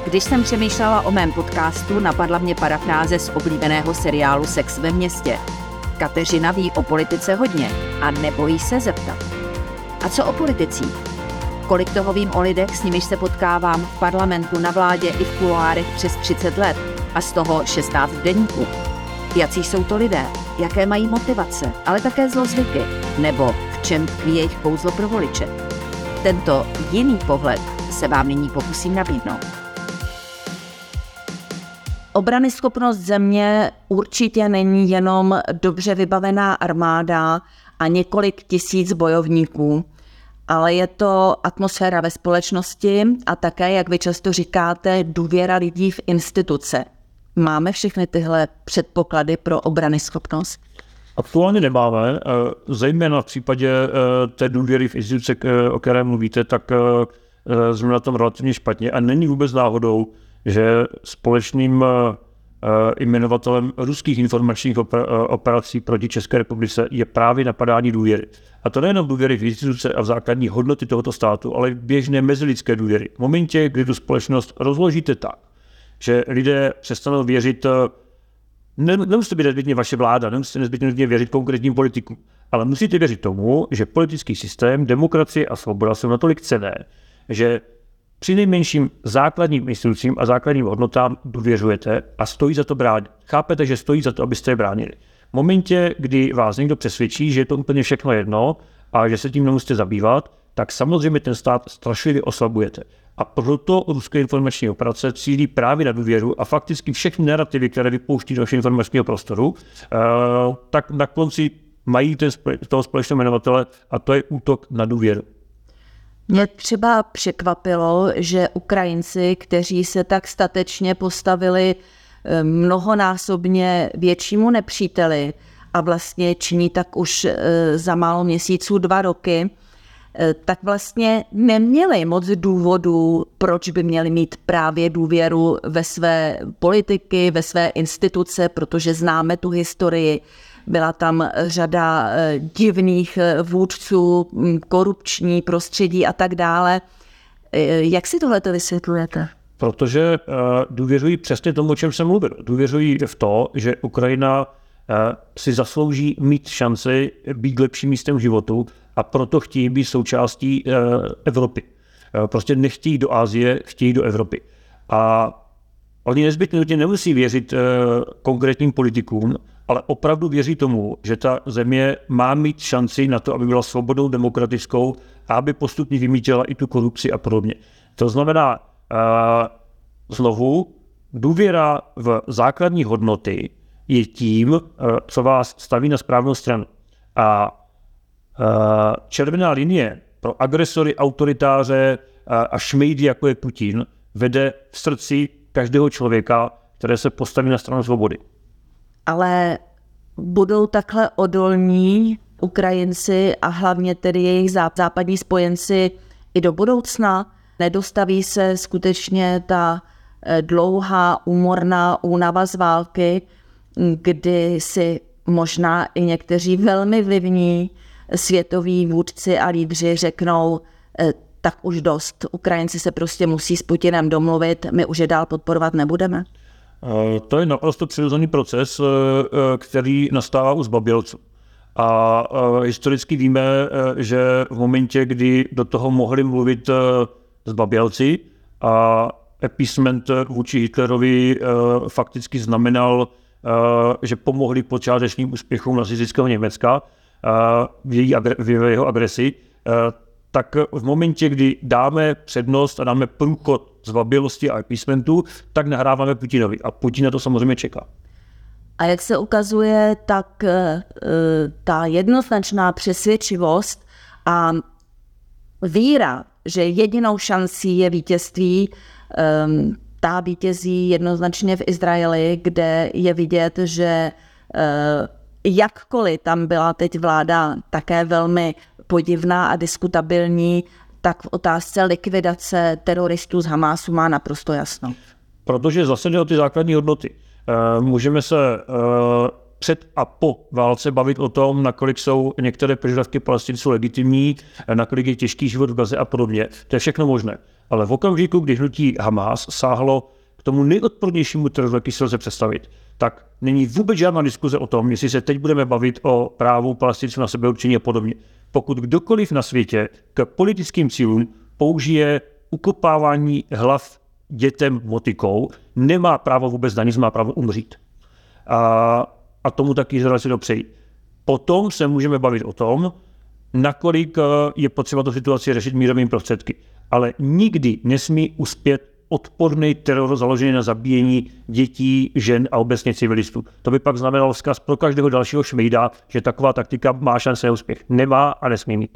Když jsem přemýšlela o mém podcastu, napadla mě parafráze z oblíbeného seriálu Sex ve městě. Kateřina ví o politice hodně a nebojí se zeptat. A co o politicích? Kolik toho vím o lidech, s nimiž se potkávám v parlamentu, na vládě i v kuloárech přes 30 let a z toho 16 v deníku. Jací jsou to lidé, jaké mají motivace, ale také zlozvyky, nebo v čem tkví jejich kouzlo pro voliče. Tento jiný pohled se vám nyní pokusím nabídnout. Obranyschopnost země určitě není jenom dobře vybavená armáda a několik tisíc bojovníků, ale je to atmosféra ve společnosti a také, jak vy často říkáte, důvěra lidí v instituce. Máme všechny tyhle předpoklady pro obranyschopnost? Aktuálně nemáme, zejména v případě té důvěry v instituce, o které mluvíte, tak jsme na tom relativně špatně a není vůbec náhodou, že společným jmenovatelem ruských informačních operací proti České republice je právě napadání důvěry. A to nejenom důvěry v instituce a v základní hodnoty tohoto státu, ale běžné mezilidské důvěry. V momentě, kdy tu společnost rozložíte tak, že lidé přestanou věřit, nemusíte být nezbytně vaše vláda, nemusíte nezbytně věřit konkrétním politikům, ale musíte věřit tomu, že politický systém, demokracie a svoboda jsou natolik cenné, že při nejmenším základním institucím a základním hodnotám důvěřujete a stojí za to bránit. Chápete, že stojí za to, abyste je bránili. V momentě, kdy vás někdo přesvědčí, že je to úplně všechno jedno a že se tím nemusíte zabývat, tak samozřejmě ten stát strašlivě oslabujete. A proto ruské informační operace cílí právě na důvěru a fakticky všechny narrativy, které vypouští do našeho informačního prostoru, tak na konci mají toho společného jmenovatele a to je útok na důvěru. Mě třeba překvapilo, že Ukrajinci, kteří se tak statečně postavili mnohonásobně většímu nepříteli a vlastně činí tak už za málo měsíců 2 roky, tak vlastně neměli moc důvodů, proč by měli mít právě důvěru ve své politiky, ve své instituce, protože známe tu historii. Byla tam řada divných vůdců, korupční prostředí a tak dále. Jak si tohleto vysvětlujete? Protože důvěřují přesně tomu, o čem jsem mluvil. Důvěřují v to, že Ukrajina si zaslouží mít šanci být lepším místem životu a proto chtějí být součástí Evropy. Prostě nechtějí do Asie, chtějí do Evropy. A oni nezbytně nemusí věřit konkrétním politikům, ale opravdu věří tomu, že ta země má mít šanci na to, aby byla svobodnou, demokratickou a aby postupně vymítila i tu korupci a podobně. To znamená, znovu, důvěra v základní hodnoty je tím, co vás staví na správnou stranu. A červená linie pro agresory, autoritáře a šmejdy, jako je Putin, vede v srdci každého člověka, který se postaví na stranu svobody. Ale budou takhle odolní Ukrajinci a hlavně tedy jejich západní spojenci i do budoucna? Nedostaví se skutečně ta dlouhá, úmorná únava z války, kdy si možná i někteří velmi vlivní světoví vůdci a lídři řeknou, tak už dost, Ukrajinci se prostě musí s Putinem domluvit, my už je dál podporovat nebudeme? To je naprosto přirozený proces, který nastává u zbabělců. A historicky víme, že v momentě, kdy do toho mohli mluvit zbabělci a appeasement vůči Hitlerovi fakticky znamenal, že pomohli počátečním úspěchům nacistického Německa v jeho agresi, tak v momentě, kdy dáme přednost a dáme průchod zbabělosti a appeasementu, tak nahráváme Putinovi. A Putin na to samozřejmě čeká. A jak se ukazuje, tak ta jednoznačná přesvědčivost a víra, že jedinou šancí je vítězství, ta vítězí jednoznačně v Izraeli, kde je vidět, že jakkoliv tam byla teď vláda také velmi podivná a diskutabilní, tak v otázce likvidace teroristů z Hamásu má naprosto jasno. Protože zase jde o ty základní hodnoty. Můžeme se před a po válce bavit o tom, nakolik jsou některé požadavky Palestinců legitimní, nakolik je těžký život v Gaze a podobně. To je všechno možné. Ale v okamžiku, kdy hnutí Hamas sáhlo k tomu nejodpornějšímu teroru, jaký se lze představit, tak není vůbec žádná diskuze o tom, jestli se teď budeme bavit o právu Palestinců na sebeurčení a podobně. Pokud kdokoliv na světě k politickým cílům použije ukopávání hlav dětem motikou, nemá právo vůbec na nic, má právo umřít. A tomu taky Izrael si dopřejí. Potom se můžeme bavit o tom, nakolik je potřeba tu situaci řešit mírovými prostředky. Ale nikdy nesmí uspět odporný teror založený na zabíjení dětí, žen a obecně civilistů. To by pak znamenalo vzkaz pro každého dalšího šmejda, že taková taktika má šanci na úspěch. Nemá a nesmí mít.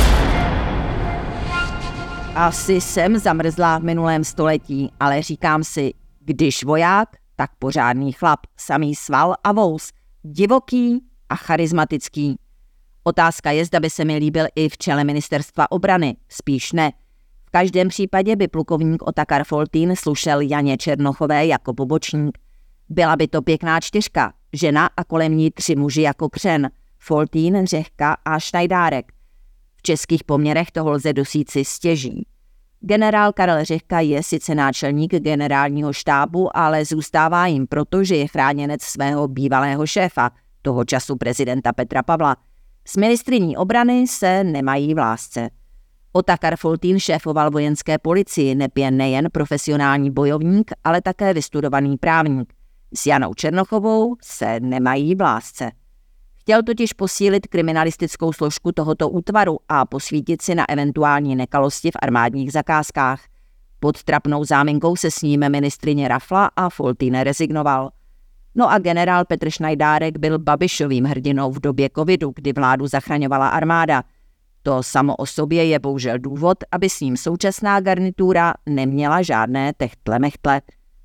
Asi jsem zamrzlá v minulém století, ale říkám si, když voják, tak pořádný chlap, samý sval a vous, divoký a charismatický. Otázka je, zda by se mi líbil i v čele ministerstva obrany, spíš ne. V každém případě by plukovník Otakar Foltyn slušel Janě Černochové jako pobočník. Byla by to pěkná čtyřka, žena a kolem ní 3 muži jako křen, Foltyn, Řehka a Šnajdárek. V českých poměrech toho lze dosít si stěží. Generál Karel Řehka je sice náčelník generálního štábu, ale zůstává jim proto, že je chráněnec svého bývalého šéfa, toho času prezidenta Petra Pavla. S ministryní obrany se nemají v lásce. Otakar Foltyn šéfoval vojenské policii, nejen profesionální bojovník, ale také vystudovaný právník. S Janou Černochovou se nemají v lásce. Chtěl totiž posílit kriminalistickou složku tohoto útvaru a posvítit si na eventuální nekalosti v armádních zakázkách. Pod trapnou záminkou se s ním ministryně rafla a Foltyn rezignoval. No a generál Petr Šnajdárek byl Babišovým hrdinou v době covidu, kdy vládu zachraňovala armáda. To samo o sobě je bohužel důvod, aby s ním současná garnitura neměla žádné techtle-mechtle.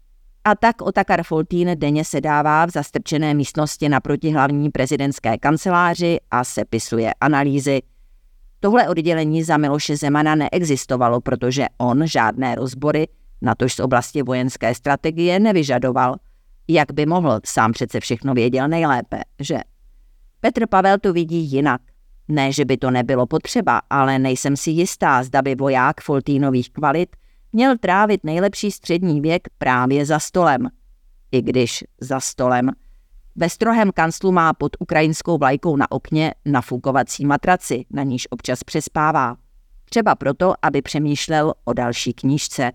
A tak Otakar Foltyn denně sedává v zastrčené místnosti naproti hlavní prezidentské kanceláři a sepisuje analýzy. Tohle oddělení za Miloše Zemana neexistovalo, protože on žádné rozbory, natož z oblasti vojenské strategie, nevyžadoval. Jak by mohl, sám přece všechno věděl nejlépe, že? Petr Pavel to vidí jinak. Ne, že by to nebylo potřeba, ale nejsem si jistá, zda by voják Foltynových kvalit měl trávit nejlepší střední věk právě za stolem. I když za stolem. Ve strohém kanclu má pod ukrajinskou vlajkou na okně nafukovací matraci, na níž občas přespává. Třeba proto, aby přemýšlel o další knížce.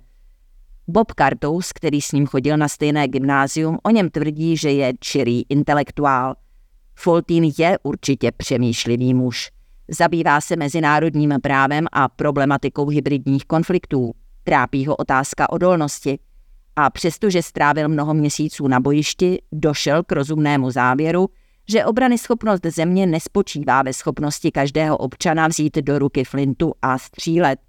Bob Kartous, který s ním chodil na stejné gymnázium, o něm tvrdí, že je čirý intelektuál. Foltyn je určitě přemýšlivý muž. Zabývá se mezinárodním právem a problematikou hybridních konfliktů. Trápí ho otázka odolnosti. A přestože strávil mnoho měsíců na bojišti, došel k rozumnému závěru, že obranyschopnost země nespočívá ve schopnosti každého občana vzít do ruky flintu a střílet.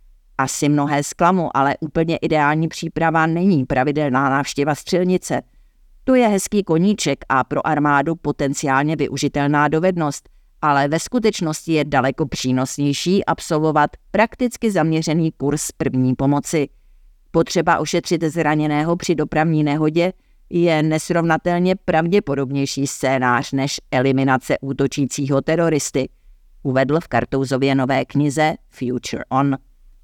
Asi mnohé zklamu, ale úplně ideální příprava není pravidelná návštěva střelnice. To je hezký koníček a pro armádu potenciálně využitelná dovednost, ale ve skutečnosti je daleko přínosnější absolvovat prakticky zaměřený kurz první pomoci. Potřeba ošetřit zraněného při dopravní nehodě je nesrovnatelně pravděpodobnější scénář než eliminace útočícího teroristy, uvedl v Kartouzově nové knize Future On.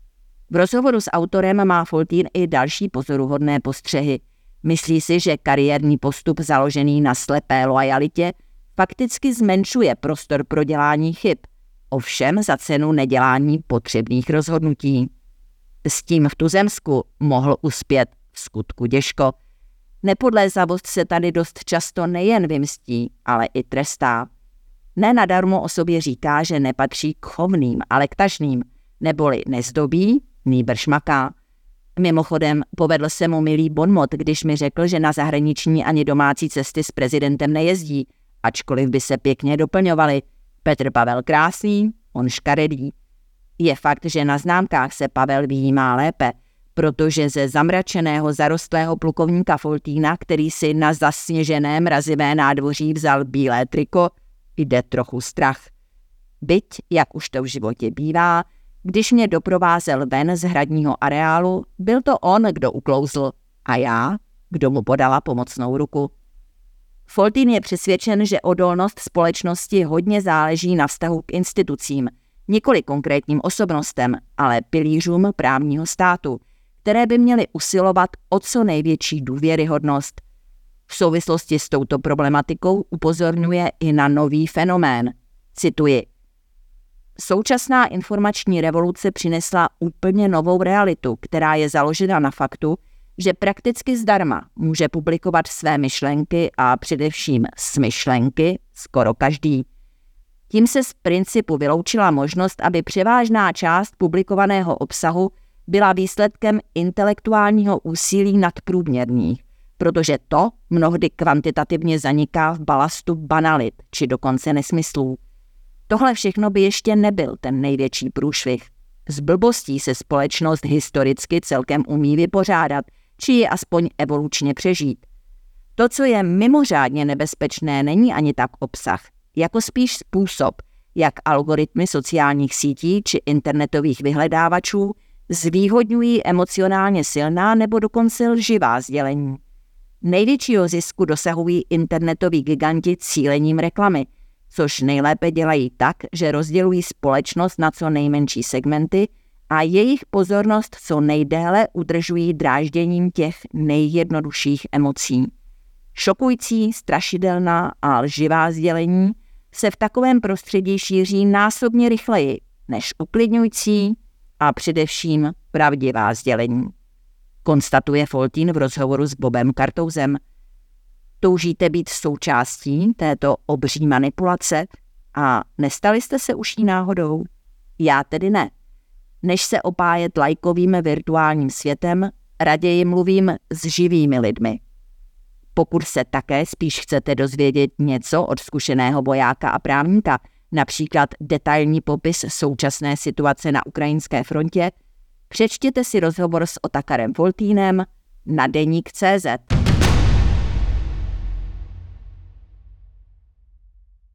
V rozhovoru s autorem má Foltyn i další pozoruhodné postřehy. Myslí si, že kariérní postup založený na slepé loajalitě fakticky zmenšuje prostor pro dělání chyb, ovšem za cenu nedělání potřebných rozhodnutí. S tím v tuzemsku mohl uspět v skutku těžko. Nepodlézavost se tady dost často nejen vymstí, ale i trestá. Ne nadarmo o sobě říká, že nepatří k chovným, ale k tažným, neboli nezdobí, nýbrž maká. Mimochodem, povedl se mu milý bonmot, když mi řekl, že na zahraniční ani domácí cesty s prezidentem nejezdí, ačkoliv by se pěkně doplňovali. Petr Pavel krásný, on škaredý. Je fakt, že na známkách se Pavel vyjímá lépe, protože ze zamračeného zarostlého plukovníka Foltyna, který si na zasněžené mrazivé nádvoří vzal bílé triko, jde trochu strach. Byť, jak už to v životě bývá, když mě doprovázel ven z hradního areálu, byl to on, kdo uklouzl, a já, kdo mu podala pomocnou ruku. Foltín je přesvědčen, že odolnost společnosti hodně záleží na vztahu k institucím, nikoli konkrétním osobnostem, ale pilířům právního státu, které by měly usilovat o co největší důvěryhodnost. V souvislosti s touto problematikou upozorňuje i na nový fenomén. Cituji. Současná informační revoluce přinesla úplně novou realitu, která je založena na faktu, že prakticky zdarma může publikovat své myšlenky a především smyšlenky skoro každý. Tím se z principu vyloučila možnost, aby převážná část publikovaného obsahu byla výsledkem intelektuálního úsilí nadprůměrných, protože to mnohdy kvantitativně zaniká v balastu banalit či dokonce nesmyslů. Tohle všechno by ještě nebyl ten největší průšvih. S blbostí se společnost historicky celkem umí vypořádat, či ji aspoň evolučně přežít. To, co je mimořádně nebezpečné, není ani tak obsah, jako spíš způsob, jak algoritmy sociálních sítí či internetových vyhledávačů zvýhodňují emocionálně silná nebo dokonce lživá sdělení. Největšího zisku dosahují internetoví giganti cílením reklamy, což nejlépe dělají tak, že rozdělují společnost na co nejmenší segmenty a jejich pozornost co nejdéle udržují drážděním těch nejjednodušších emocí. Šokující, strašidelná a lživá sdělení se v takovém prostředí šíří násobně rychleji než uklidňující a především pravdivá sdělení. Konstatuje Foltín v rozhovoru s Bobem Kartouzem. Toužíte být součástí této obří manipulace a nestali jste se už jí náhodou? Já tedy ne. Než se opájet lajkovým virtuálním světem, raději mluvím s živými lidmi. Pokud se také spíš chcete dozvědět něco od zkušeného vojáka a právníka, například detailní popis současné situace na ukrajinské frontě, přečtěte si rozhovor s Otakarem Foltínem na deník.cz.